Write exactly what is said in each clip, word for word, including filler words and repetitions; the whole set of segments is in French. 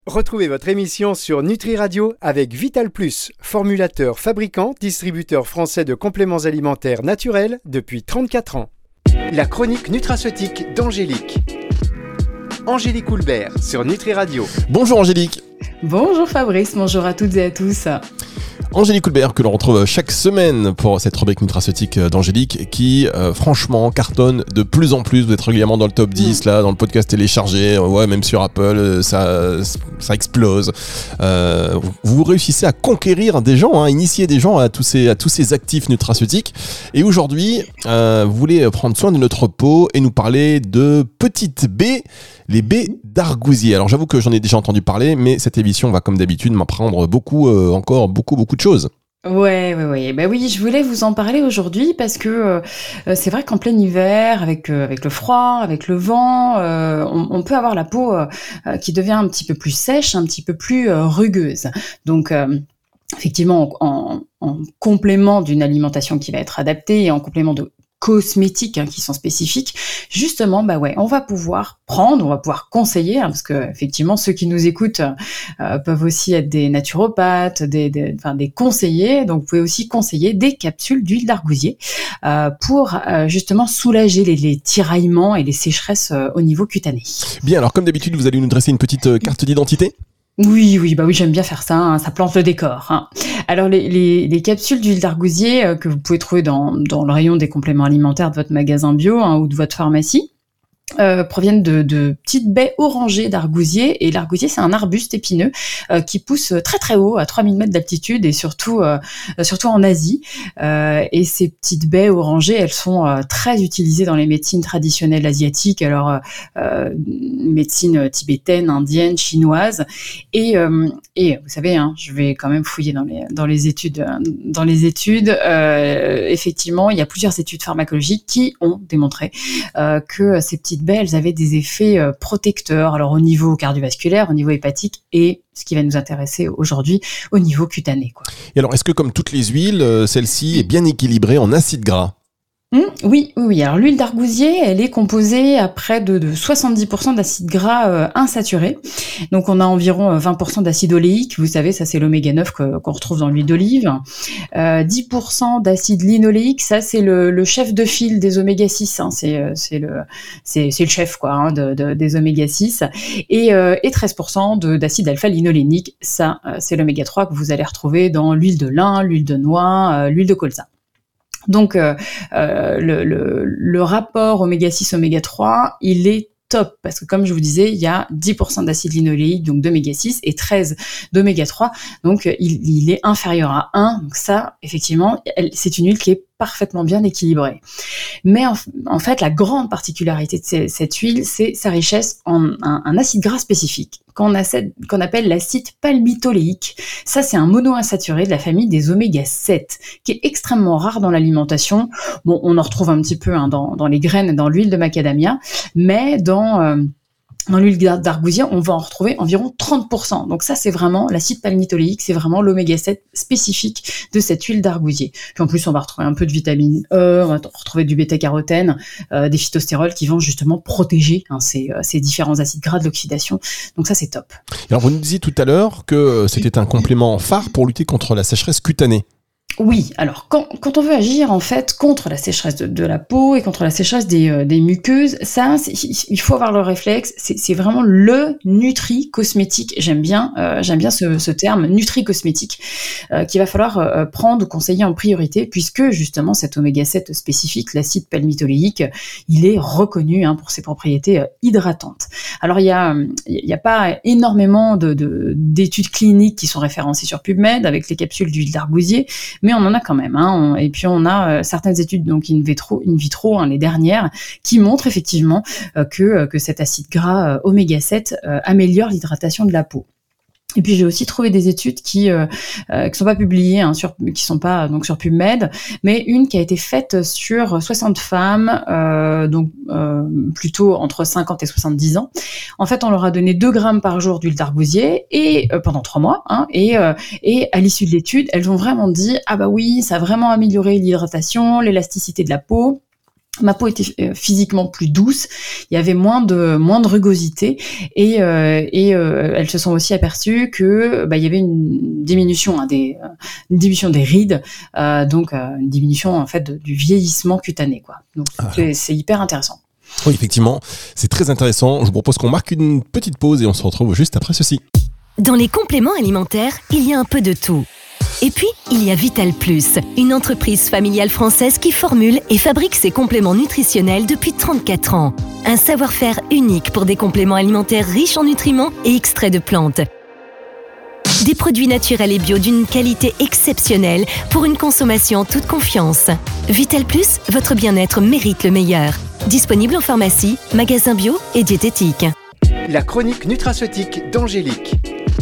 Retrouvez votre émission sur Nutri Radio avec Vital Plus, formulateur, fabricant, distributeur français de compléments alimentaires naturels depuis trente-quatre ans. La chronique nutraceutique d'Angélique. Angélique Houlbert sur Nutri Radio. Bonjour Angélique. Bonjour Fabrice, bonjour à toutes et à tous. Angélique Houlbert que l'on retrouve chaque semaine pour cette rubrique nutraceutique d'Angélique qui euh, franchement cartonne de plus en plus. Vous êtes régulièrement dans le top dix, mmh. là, dans le podcast téléchargé, ouais, même sur Apple, ça, ça explose. Euh, vous réussissez à conquérir des gens, à hein, initier des gens à tous ces, à tous ces actifs nutraceutiques. Et aujourd'hui, euh, vous voulez prendre soin de notre peau et nous parler de petites baies, les baies d'argousier. Alors j'avoue que j'en ai déjà entendu parler, mais cette émission va comme d'habitude m'apprendre beaucoup, euh, encore beaucoup, beaucoup de choses. Ouais, ouais, ouais. Bah oui, je voulais vous en parler aujourd'hui parce que euh, c'est vrai qu'en plein hiver, avec euh, avec le froid, avec le vent, euh, on, on peut avoir la peau euh, qui devient un petit peu plus sèche, un petit peu plus euh, rugueuse. Donc euh, effectivement, en, en complément d'une alimentation qui va être adaptée et en complément de cosmétiques hein, qui sont spécifiques, justement, bah ouais, on va pouvoir prendre, on va pouvoir conseiller, hein, parce que effectivement, ceux qui nous écoutent euh, peuvent aussi être des naturopathes, des, des, enfin des conseillers, donc vous pouvez aussi conseiller des capsules d'huile d'argousier euh, pour euh, justement soulager les, les tiraillements et les sécheresses euh, au niveau cutané. Bien, alors comme d'habitude, vous allez nous dresser une petite euh, carte d'identité ? Oui, oui, bah oui, j'aime bien faire ça, hein, ça plante le décor. Hein. Alors les, les, les capsules d'huile d'argousier euh, que vous pouvez trouver dans, dans le rayon des compléments alimentaires de votre magasin bio hein, ou de votre pharmacie, Euh, proviennent de, de petites baies orangées d'argousier. Et l'argousier, c'est un arbuste épineux euh, qui pousse très très haut, à trois mille mètres d'altitude et surtout, euh, surtout en Asie. Euh, et ces petites baies orangées, elles sont euh, très utilisées dans les médecines traditionnelles asiatiques, alors euh, médecine tibétaine, indienne, chinoise. Et, euh, et vous savez, hein, je vais quand même fouiller dans les, dans les études. Dans les études, euh, effectivement, il y a plusieurs études pharmacologiques qui ont démontré euh, que ces petites baies, elles avaient des effets euh, protecteurs, alors au niveau cardiovasculaire, au niveau hépatique et ce qui va nous intéresser aujourd'hui au niveau cutané, quoi. Et alors, est-ce que comme toutes les huiles, euh, celle-ci est bien équilibrée en acides gras ? Mmh, oui, oui, oui. Alors l'huile d'argousier, elle est composée à près de, de soixante-dix pour cent d'acides gras euh, insaturés. Donc on a environ vingt pour cent d'acide oléique. Vous savez, ça c'est l'oméga neuf que, qu'on retrouve dans l'huile d'olive. Euh, dix pour cent d'acide linoléique, ça c'est le, le chef de file des oméga six. Hein. C'est, c'est le, c'est, c'est le chef quoi, hein, de, de, des oméga six. Et, euh, et treize pour cent de, d'acide alpha-linolénique, ça euh, c'est l'oméga trois que vous allez retrouver dans l'huile de lin, l'huile de noix, euh, l'huile de colza. Donc, euh, euh, le, le, le rapport oméga six oméga trois, il est top, parce que comme je vous disais, il y a dix pour cent d'acide linoléique, donc d'oméga six, et treize d'oméga trois, donc il, il est inférieur à un, donc ça, effectivement, elle, c'est une huile qui est parfaitement bien équilibrée. Mais en, en fait, la grande particularité de ces, cette huile, c'est sa richesse en un, un acide gras spécifique, qu'on, a, qu'on appelle l'acide palmitoléique. Ça, c'est un monoinsaturé de la famille des oméga sept, qui est extrêmement rare dans l'alimentation. Bon, on en retrouve un petit peu hein, dans, dans les graines et dans l'huile de macadamia, mais dans... Euh, Dans l'huile d'argousier, on va en retrouver environ trente pour cent. Donc ça, c'est vraiment l'acide palmitoléique, c'est vraiment l'oméga sept spécifique de cette huile d'argousier. Puis en plus, on va retrouver un peu de vitamine E, on va retrouver du bêta-carotène, euh, des phytostérols qui vont justement protéger hein, ces, ces différents acides gras de l'oxydation. Donc ça, c'est top. Alors vous nous disiez tout à l'heure que c'était un complément phare pour lutter contre la sécheresse cutanée. Oui, alors quand, quand on veut agir en fait contre la sécheresse de, de la peau et contre la sécheresse des, euh, des muqueuses, ça, c'est, il faut avoir le réflexe. C'est, c'est vraiment le nutri-cosmétique. J'aime bien, euh, j'aime bien ce, ce terme nutri-cosmétique euh, qu'il va falloir euh, prendre ou conseiller en priorité, puisque justement cet oméga sept spécifique, l'acide palmitoléique, il est reconnu hein, pour ses propriétés euh, hydratantes. Alors il y a, il y a pas énormément de, de, d'études cliniques qui sont référencées sur PubMed avec les capsules d'huile d'argousier. Mais on en a quand même, hein. On, et puis on a euh, certaines études, donc in vitro, in vitro hein, les dernières, qui montrent effectivement euh, que, euh, que cet acide gras euh, oméga sept euh, améliore l'hydratation de la peau. Et puis j'ai aussi trouvé des études qui euh, euh, qui sont pas publiées, hein, sur, qui sont pas donc sur PubMed, mais une qui a été faite sur soixante femmes, euh, donc euh, plutôt entre cinquante et soixante-dix ans. En fait, on leur a donné deux grammes par jour d'huile d'argousier et euh, pendant trois mois, hein, et euh, et à l'issue de l'étude, elles ont vraiment dit ah bah oui, ça a vraiment amélioré l'hydratation, l'élasticité de la peau. ma peau était euh, physiquement plus douce, il y avait moins de moins de rugosité et euh, et euh, elles se sont aussi aperçues que bah il y avait une diminution hein, des une diminution des rides, euh, donc euh, une diminution en fait de, du vieillissement cutané quoi. Donc c'est, c'est hyper intéressant. Oui, effectivement, c'est très intéressant. Je vous propose qu'on marque une petite pause et on se retrouve juste après ceci. Dans les compléments alimentaires, il y a un peu de tout. Et puis, il y a Vital Plus, une entreprise familiale française qui formule et fabrique ses compléments nutritionnels depuis trente-quatre ans. Un savoir-faire unique pour des compléments alimentaires riches en nutriments et extraits de plantes. Des produits naturels et bio d'une qualité exceptionnelle pour une consommation en toute confiance. Vital Plus, votre bien-être mérite le meilleur. Disponible en pharmacie, magasin bio et diététique. La chronique nutraceutique d'Angélique.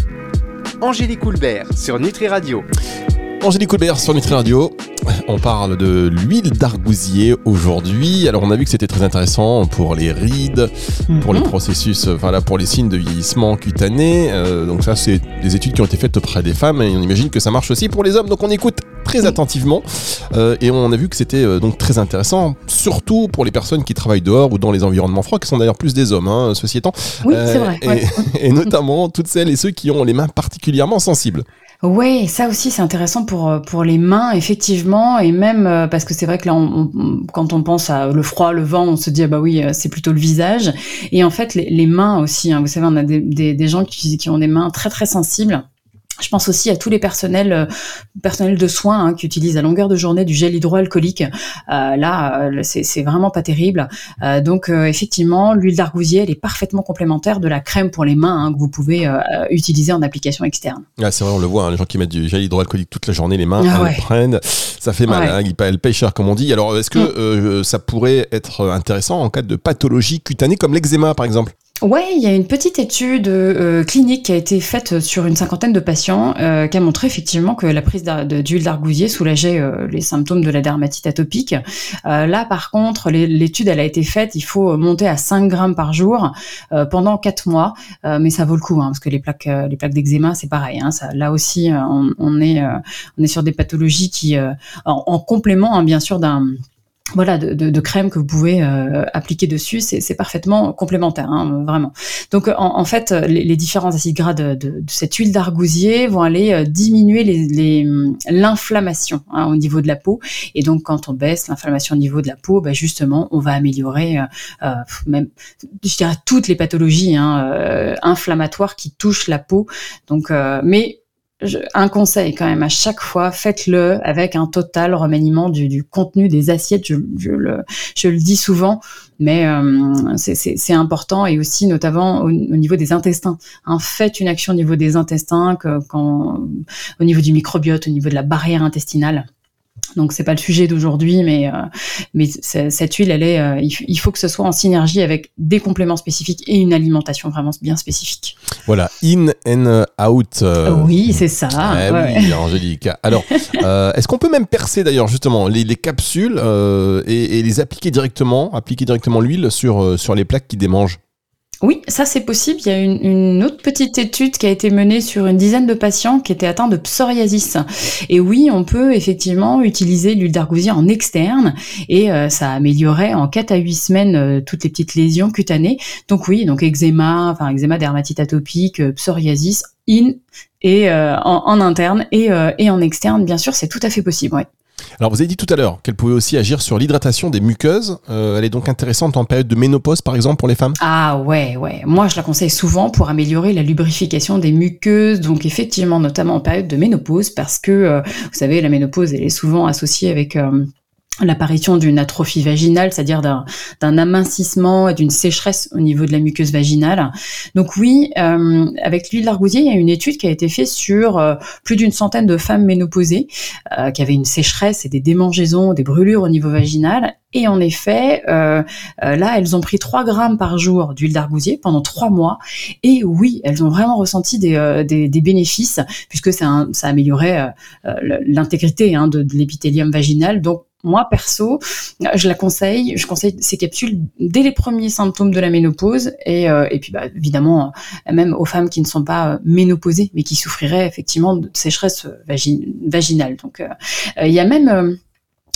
Angélique Houlbert sur Nutri Radio. Angélique Houlbert sur Nutri Radio. On parle de l'huile d'argousier aujourd'hui. Alors on a vu que c'était très intéressant pour les rides, mm-hmm. pour le processus, enfin là pour les signes de vieillissement cutané. Euh, donc ça c'est des études qui ont été faites auprès des femmes et on imagine que ça marche aussi pour les hommes. Donc on écoute très attentivement euh, et on a vu que c'était euh, donc très intéressant, surtout pour les personnes qui travaillent dehors ou dans les environnements froids, qui sont d'ailleurs plus des hommes, hein, ceci étant. Oui, euh, c'est vrai. Et, ouais. et notamment toutes celles et ceux qui ont les mains particulièrement sensibles. Ouais, ça aussi c'est intéressant pour pour les mains effectivement et même euh, parce que c'est vrai que là on, on, quand on pense à le froid, le vent, on se dit ah bah oui c'est plutôt le visage et en fait les, les mains aussi. Hein, vous savez on a des, des, des gens qui qui ont des mains très très sensibles. Je pense aussi à tous les personnels, euh, personnels de soins hein, qui utilisent à longueur de journée du gel hydroalcoolique. Euh, là, euh, c'est, c'est vraiment pas terrible. Euh, donc, euh, effectivement, l'huile d'argousier, elle est parfaitement complémentaire de la crème pour les mains hein, que vous pouvez euh, utiliser en application externe. Ah, c'est vrai, on le voit, hein, les gens qui mettent du gel hydroalcoolique toute la journée, les mains, ah, elles ouais. prennent. Ça fait mal, ouais. hein, elles payent cher, comme on dit. Alors, est-ce que mmh. euh, ça pourrait être intéressant en cas de pathologie cutanée comme l'eczéma, par exemple ? Ouais, il y a une petite étude euh, clinique qui a été faite sur une cinquantaine de patients euh, qui a montré effectivement que la prise de, d'huile d'argousier soulageait euh, les symptômes de la dermatite atopique. Euh, là, par contre, les, l'étude elle a été faite, il faut monter à cinq grammes par jour euh, pendant quatre mois, euh, mais ça vaut le coup hein, parce que les plaques, euh, les plaques d'eczéma, c'est pareil. Hein, ça, là aussi, euh, on, on est, euh, on est sur des pathologies qui, euh, en, en complément, hein, bien sûr, d'un Voilà, de, de, de crème que vous pouvez euh, appliquer dessus, c'est, c'est parfaitement complémentaire, hein, vraiment. Donc, en, en fait, les, les différents acides gras de, de, de cette huile d'argousier vont aller euh, diminuer les, les, l'inflammation hein, au niveau de la peau. Et donc, quand on baisse l'inflammation au niveau de la peau, bah, justement, on va améliorer euh, euh, même, je dirais, toutes les pathologies hein, euh, inflammatoires qui touchent la peau. Donc, euh, mais Je, un conseil quand même à chaque fois, faites-le avec un total remaniement du, du contenu des assiettes. Je, je, le, je le dis souvent, mais euh, c'est, c'est, c'est important et aussi notamment au, au niveau des intestins. Hein, faites une action au niveau des intestins, que, quand, au niveau du microbiote, au niveau de la barrière intestinale. Donc c'est pas le sujet d'aujourd'hui, mais euh, mais cette huile, elle est, euh, il faut que ce soit en synergie avec des compléments spécifiques et une alimentation vraiment bien spécifique. Voilà, in and out. Euh... Oui, c'est ça. Eh ouais. Oui, Angélique. Alors, euh, est-ce qu'on peut même percer d'ailleurs justement les, les capsules euh, et, et les appliquer directement, appliquer directement l'huile sur euh, sur les plaques qui démangent? Oui, ça c'est possible. Il y a une, une autre petite étude qui a été menée sur une dizaine de patients qui étaient atteints de psoriasis. Et oui, on peut effectivement utiliser l'huile d'argousier en externe et euh, ça améliorait en quatre à huit semaines euh, toutes les petites lésions cutanées. Donc oui, donc eczéma, enfin eczéma, dermatite atopique, euh, psoriasis, in et euh, en, en interne et, euh, et en externe, bien sûr, c'est tout à fait possible. Ouais. Alors vous avez dit tout à l'heure qu'elle pouvait aussi agir sur l'hydratation des muqueuses. Euh, elle est donc intéressante en période de ménopause par exemple pour les femmes ? Ah ouais, ouais. Moi je la conseille souvent pour améliorer la lubrification des muqueuses. Donc effectivement, notamment en période de ménopause parce que, euh, vous savez, la ménopause elle est souvent associée avec... Euh, l'apparition d'une atrophie vaginale, c'est-à-dire d'un, d'un amincissement et d'une sécheresse au niveau de la muqueuse vaginale. Donc oui, euh, avec l'huile d'argousier, il y a une étude qui a été faite sur euh, plus d'une centaine de femmes ménopausées euh, qui avaient une sécheresse et des démangeaisons, des brûlures au niveau vaginal. Et en effet, euh, euh, là, elles ont pris trois grammes par jour d'huile d'argousier pendant trois mois. Et oui, elles ont vraiment ressenti des, euh, des, des bénéfices puisque ça, un, ça améliorait euh, l'intégrité hein, de, de l'épithélium vaginal. Donc, moi, perso, je la conseille. Je conseille ces capsules dès les premiers symptômes de la ménopause et, euh, et puis bah, évidemment, même aux femmes qui ne sont pas ménopausées, mais qui souffriraient effectivement de sécheresse vagi- vaginale. Donc, il euh, y a même... Euh,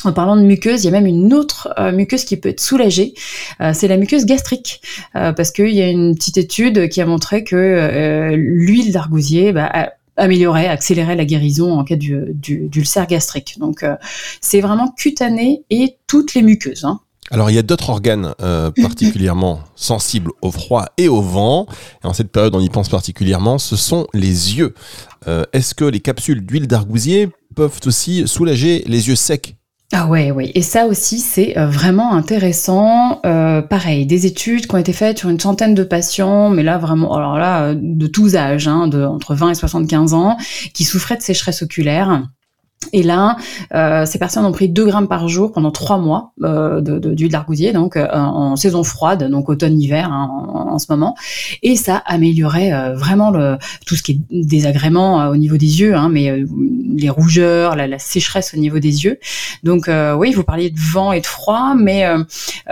En parlant de muqueuse, il y a même une autre euh, muqueuse qui peut être soulagée, euh, c'est la muqueuse gastrique, euh, parce qu'il y a une petite étude qui a montré que euh, l'huile d'argousier bah, a améliorait, accélérait la guérison en cas du, du, d'ulcère gastrique. Donc euh, c'est vraiment cutané et toutes les muqueuses. Hein. Alors il y a d'autres organes euh, particulièrement sensibles au froid et au vent, et en cette période on y pense particulièrement, ce sont les yeux. Euh, est-ce que les capsules d'huile d'argousier peuvent aussi soulager les yeux secs ? Ah ouais, ouais. Et ça aussi, c'est euh, vraiment intéressant. Euh, pareil, des études qui ont été faites sur une centaine de patients, mais là vraiment, alors là, euh, de tous âges, hein, de entre vingt et soixante-quinze ans, qui souffraient de sécheresse oculaire. Et là, euh, ces personnes ont pris deux grammes par jour pendant trois mois euh, de, de, d'huile d'argousier, donc euh, en saison froide, donc automne-hiver hein, en, en ce moment. Et ça améliorait euh, vraiment le, tout ce qui est désagrément euh, au niveau des yeux, hein, mais euh, les rougeurs, la, la sécheresse au niveau des yeux. Donc euh, oui, vous parliez de vent et de froid, mais euh,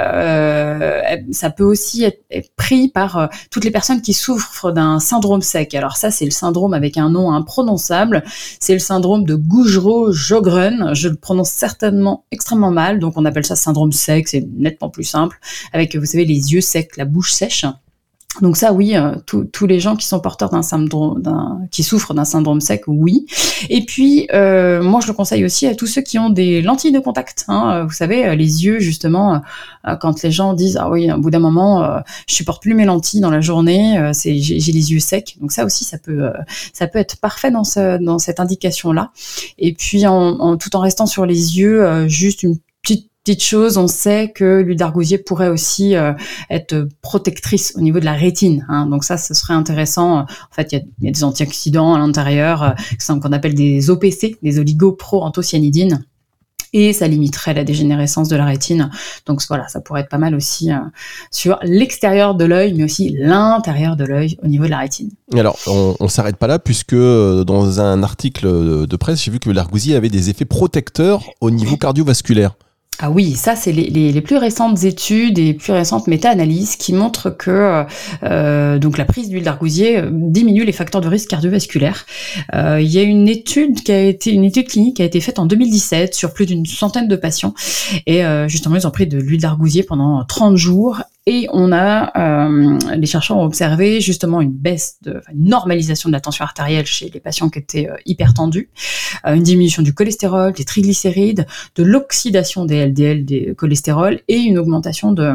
euh, ça peut aussi être, être pris par euh, toutes les personnes qui souffrent d'un syndrome sec. Alors ça, c'est le syndrome avec un nom imprononçable. C'est le syndrome de Gougerot-Sjögren, je le prononce certainement extrêmement mal, donc on appelle ça syndrome sec, c'est nettement plus simple, avec, vous savez, les yeux secs, la bouche sèche. Donc ça, oui, euh, tous les gens qui sont porteurs d'un syndrome, d'un, qui souffrent d'un syndrome sec, oui. Et puis, euh, moi, je le conseille aussi à tous ceux qui ont des lentilles de contact. Hein. Vous savez, les yeux, justement, euh, quand les gens disent, ah oui, au bout d'un moment, euh, je supporte plus mes lentilles dans la journée, euh, c'est, j'ai, j'ai les yeux secs. Donc ça aussi, ça peut, euh, ça peut être parfait dans ce, dans cette indication-là. Et puis, en, en, tout en restant sur les yeux, euh, juste une petite Petite chose, on sait que l'huile d'argousier pourrait aussi euh, être protectrice au niveau de la rétine. Hein. Donc ça, ce serait intéressant. En fait, il y a, y a des antioxydants à l'intérieur, euh, qu'on appelle des O P C, des oligoproanthocyanidines. Et ça limiterait la dégénérescence de la rétine. Donc voilà, ça pourrait être pas mal aussi euh, sur l'extérieur de l'œil, mais aussi l'intérieur de l'œil au niveau de la rétine. Alors, on, on s'arrête pas là, puisque dans un article de presse, j'ai vu que l'argousier avait des effets protecteurs au niveau cardiovasculaire. Ah oui, ça c'est les, les, les plus récentes études et les plus récentes méta-analyses qui montrent que euh, donc la prise d'huile d'argousier diminue les facteurs de risque cardiovasculaire. Euh, il y a une étude qui a été une étude clinique qui a été faite en deux mille dix-sept sur plus d'une centaine de patients et euh, justement ils ont pris de l'huile d'argousier pendant trente jours. Et on a, euh, les chercheurs ont observé justement une baisse, de, enfin, une normalisation de la tension artérielle chez les patients qui étaient euh, hypertendus, euh, une diminution du cholestérol, des triglycérides, de l'oxydation des L D L, des cholestérol et une augmentation de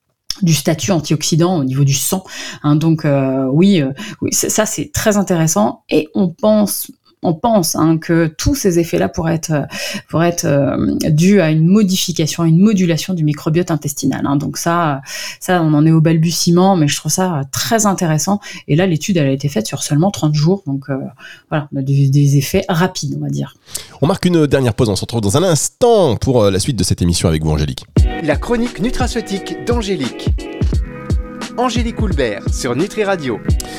du statut antioxydant au niveau du sang. Hein, donc euh, oui, euh, oui, ça c'est très intéressant et on pense On pense hein, que tous ces effets-là pourraient être, pourraient être euh, dus à une modification, à une modulation du microbiote intestinal. Hein. Donc ça, ça, on en est au balbutiement, mais je trouve ça très intéressant. Et là, l'étude, elle a été faite sur seulement trente jours. Donc euh, voilà, on a des, des effets rapides, on va dire. On marque une dernière pause, on se retrouve dans un instant pour la suite de cette émission avec vous, Angélique. La chronique nutraceutique d'Angélique. Angélique Houlbert sur Nutri Radio.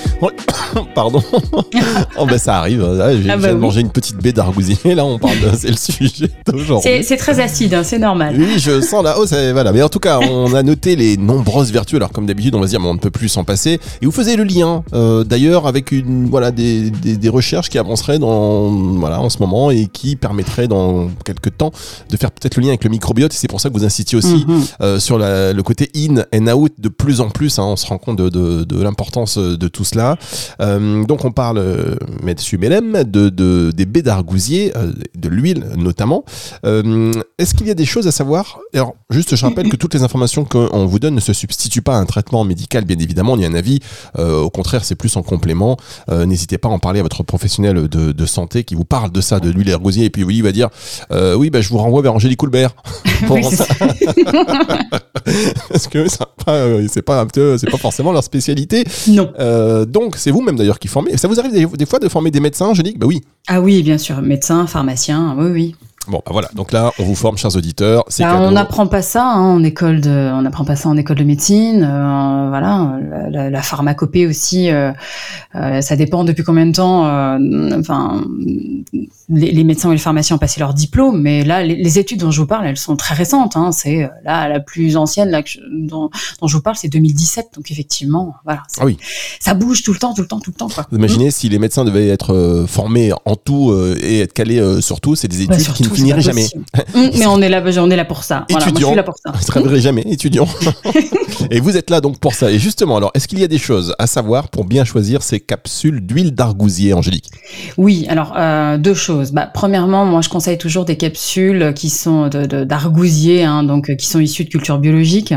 Pardon. Oh ben ça arrive. Là, j'ai, ah bah j'ai oui. mangé une petite baie d'argousier. Là, on parle de, c'est le sujet d'aujourd'hui. C'est, c'est très acide, hein, c'est normal. Oui, je sens la hausse. Voilà. Mais en tout cas, on a noté les nombreuses vertus. Alors, comme d'habitude, on va se dire, mais on ne peut plus s'en passer. Et vous faisiez le lien, euh, d'ailleurs, avec une, voilà, des, des, des recherches qui avanceraient dans, voilà, en ce moment et qui permettraient dans quelques temps de faire peut-être le lien avec le microbiote. Et c'est pour ça que vous insistiez aussi mm-hmm. euh, sur la, le côté in and out de plus en plus. Hein, on se rend compte de, de, de l'importance de tout cela. Euh, donc on parle, euh, Monsieur Melem, de, de, des baies d'argousier, euh, de l'huile notamment. Euh, est-ce qu'il y a des choses à savoir ? Alors juste je rappelle que toutes les informations qu'on vous donne ne se substituent pas à un traitement médical, bien évidemment, il y a un avis, euh, au contraire c'est plus en complément. Euh, n'hésitez pas à en parler à votre professionnel de, de santé qui vous parle de ça, de l'huile d'argousier, et puis oui, il va dire euh, oui, bah, je vous renvoie vers Angélique Houlbert. Oui, c'est, Parce que c'est pas, c'est pas un peu, c'est pas forcément leur spécialité. Non. Euh, donc c'est vous-même d'ailleurs qui formez. Ça vous arrive des, des fois de former des médecins, Angélique ? Bah oui. Ah oui, bien sûr, médecins, pharmaciens, oui, oui. Bon, bah voilà. Donc là, on vous forme, chers auditeurs. C'est bah, on n'apprend pas ça hein, en école de, on n'apprend pas ça en école de médecine. Euh, voilà, la, la, la pharmacopée aussi. Euh, euh, ça dépend depuis combien de temps. Euh, enfin, les, les médecins ou les pharmaciens ont passé leur diplôme, mais là, les, les études dont je vous parle, elles sont très récentes. Hein, c'est là la plus ancienne là, que je, dont, dont je vous parle, c'est deux mille dix-sept. Donc effectivement, voilà. Ah oui. Ça bouge tout le temps, tout le temps, tout le temps. Quoi. Vous imaginez mmh. si les médecins devaient être euh, formés en tout euh, et être calés euh, sur tout, c'est des études bah, qui tout. Vous finirez jamais. Mais on est là, on est là pour ça. Voilà, moi, je suis là pour ça. Vous ne travaillerez jamais, étudiant. Et vous êtes là donc pour ça. Et justement, alors, est-ce qu'il y a des choses à savoir pour bien choisir ces capsules d'huile d'argousier, Angélique? Oui, alors euh, deux choses. Bah, premièrement, moi je conseille toujours des capsules qui sont de, de, d'argousier, hein, donc qui sont issues de culture biologique.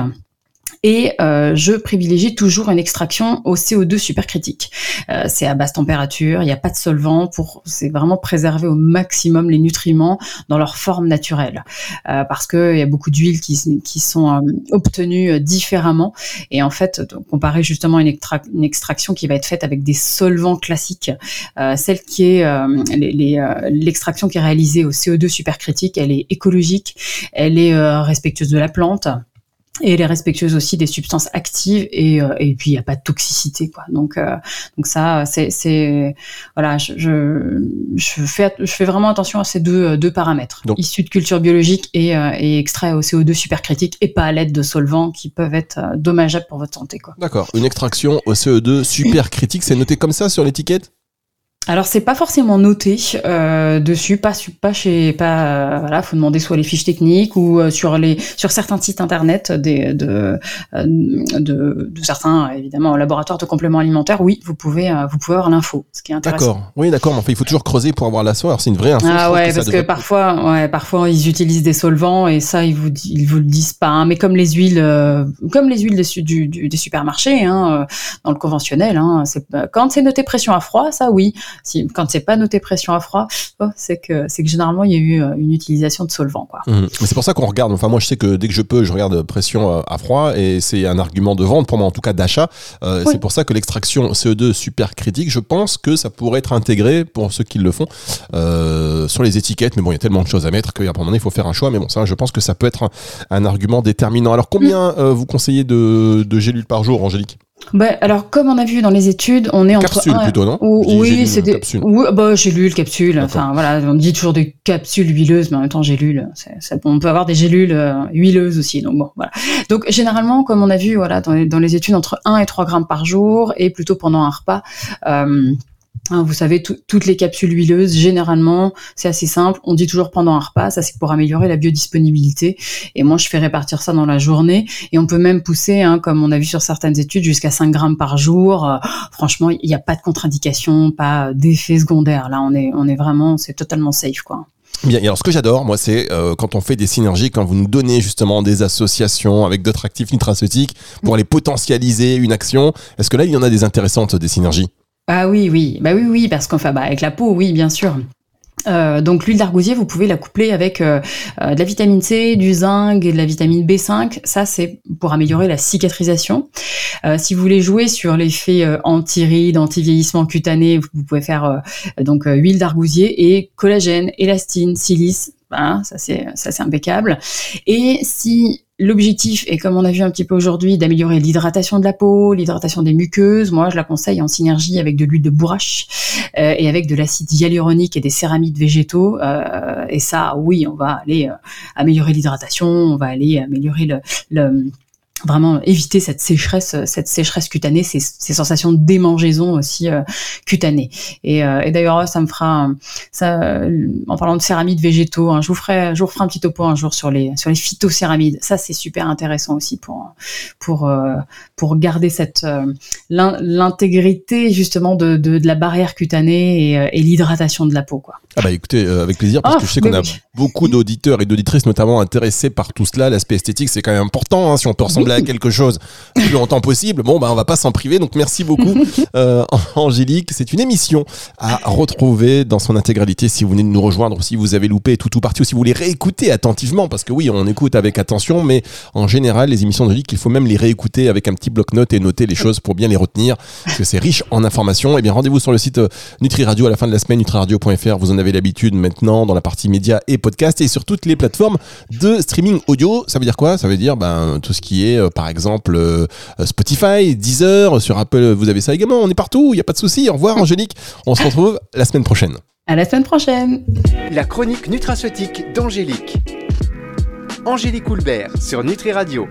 Et euh, je privilégie toujours une extraction au C O deux supercritique. Euh, c'est à basse température, il n'y a pas de solvant, pour c'est vraiment préserver au maximum les nutriments dans leur forme naturelle. Euh, parce qu'il y a beaucoup d'huiles qui, qui sont euh, obtenues différemment. Et en fait, comparé justement à une, extra- une extraction qui va être faite avec des solvants classiques, euh, celle qui est euh, les, les, euh, l'extraction qui est réalisée au C O deux supercritique, elle est écologique, elle est euh, respectueuse de la plante. Et elle est respectueuse aussi des substances actives et euh, et puis il y a pas de toxicité quoi. Donc euh, donc ça c'est c'est voilà je je je fais je fais vraiment attention à ces deux deux paramètres. Donc, issus de culture biologique et euh, et extraits au C O deux supercritique et pas à l'aide de solvants qui peuvent être euh, dommageables pour votre santé quoi. D'accord. Une extraction au C O deux supercritique, c'est noté comme ça sur l'étiquette? Alors c'est pas forcément noté euh, dessus, pas pas chez pas euh, voilà, faut demander soit les fiches techniques ou euh, sur les sur certains sites internet des de euh, de, de certains évidemment laboratoires de compléments alimentaires. Oui, vous pouvez euh, vous pouvez avoir l'info, ce qui est intéressant. D'accord. Oui, d'accord, mais enfin, il faut toujours creuser pour avoir l'info. Alors c'est une vraie info. Ah ouais, que parce que devrait... parfois ouais, parfois ils utilisent des solvants et ça ils vous ils vous le disent pas hein, mais comme les huiles euh, comme les huiles des, du, du, des supermarchés hein, euh, dans le conventionnel hein, c'est quand c'est noté pression à froid, ça oui. Si, quand c'est pas noté pression à froid, oh, c'est que c'est que généralement il y a eu une utilisation de solvant quoi. Mmh. Mais c'est pour ça qu'on regarde. Enfin moi je sais que dès que je peux, je regarde pression à froid et c'est un argument de vente pour moi en tout cas d'achat. Euh, oui. C'est pour ça que l'extraction C O deux supercritique, je pense que ça pourrait être intégré pour ceux qui le font euh, sur les étiquettes. Mais bon il y a tellement de choses à mettre qu'à un moment donné il faut faire un choix. Mais bon ça je pense que ça peut être un, un argument déterminant. Alors combien mmh. euh, vous conseillez de, de gélules par jour, Angélique? Bah, alors, comme on a vu dans les études, on est entre capsule un... plutôt, non? Ou, oui, gélules, c'est des capsules. Oui, bah gélules, capsules. D'accord. Enfin voilà, on dit toujours des capsules huileuses, mais en même temps gélules. C'est, ça, on peut avoir des gélules euh, huileuses aussi. Donc bon, voilà. Donc généralement, comme on a vu, voilà, dans les, dans les études, entre un et trois grammes par jour, et plutôt pendant un repas. Euh, Hein, vous savez, tout, toutes les capsules huileuses, généralement, c'est assez simple. On dit toujours pendant un repas, ça c'est pour améliorer la biodisponibilité. Et moi, je fais répartir ça dans la journée. Et on peut même pousser, hein, comme on a vu sur certaines études, jusqu'à cinq grammes par jour. Euh, franchement, il n'y a pas de contre-indication, pas d'effet secondaire. Là, on est, on est vraiment, c'est totalement safe, quoi. Bien, et alors ce que j'adore, moi, c'est euh, quand on fait des synergies, quand vous nous donnez justement des associations avec d'autres actifs nutraceutiques pour aller potentialiser une action. Est-ce que là, il y en a des intéressantes, des synergies? Ah oui, oui, bah oui, oui, parce qu'enfin, bah, avec la peau, oui, bien sûr. Euh, donc l'huile d'argousier, vous pouvez la coupler avec euh, euh, de la vitamine C, du zinc et de la vitamine B cinq. Ça, c'est pour améliorer la cicatrisation. Euh, si vous voulez jouer sur l'effet euh, anti-rides, anti-vieillissement cutané, vous pouvez faire euh, donc euh, huile d'argousier et collagène, élastine, silice. Hein, ça c'est ça c'est impeccable. Et si l'objectif est, comme on a vu un petit peu aujourd'hui, d'améliorer l'hydratation de la peau, l'hydratation des muqueuses, moi je la conseille en synergie avec de l'huile de bourrache euh, et avec de l'acide hyaluronique et des céramides végétaux. Euh, et ça, oui, on va aller euh, améliorer l'hydratation, on va aller améliorer le, le vraiment éviter cette sécheresse, cette sécheresse cutanée, ces, ces sensations de démangeaison aussi euh, cutanées. Et, euh, et d'ailleurs, ça me fera, ça, euh, en parlant de céramides végétaux, hein, je vous ferai, je vous ferai un petit topo un jour sur les sur les phytocéramides. Ça, c'est super intéressant aussi pour pour euh, pour garder cette euh, l'in, l'intégrité justement de, de de la barrière cutanée et, et l'hydratation de la peau, quoi. Ah bah écoutez, euh, avec plaisir, parce oh, que je sais qu'on oui. a beaucoup d'auditeurs et d'auditrices notamment intéressés par tout cela. L'aspect esthétique, c'est quand même important, hein, si on peut ressembler oui. à quelque chose le plus longtemps possible. Bon, bah on va pas s'en priver, donc merci beaucoup euh, Angélique. C'est une émission à retrouver dans son intégralité si vous venez de nous rejoindre, si vous avez loupé tout ou partie, ou si vous voulez réécouter attentivement, parce que oui, on écoute avec attention, mais en général, les émissions d'Angélique, il faut même les réécouter avec un petit bloc-notes et noter les choses pour bien les retenir, parce que c'est riche en informations. Et bien, rendez-vous sur le site Nutri Radio à la fin de la semaine, nutri radio point f r. Vous en avez l'habitude maintenant dans la partie médias et podcasts et sur toutes les plateformes de streaming audio. Ça veut dire quoi? Ça veut dire ben, tout ce qui est, euh, par exemple, euh, Spotify, Deezer, sur Apple, vous avez ça également. On est partout, il n'y a pas de souci. Au revoir Angélique. On se retrouve la semaine prochaine. À la semaine prochaine. La chronique nutraceutique d'Angélique. Angélique Houlbert sur Nutri Radio.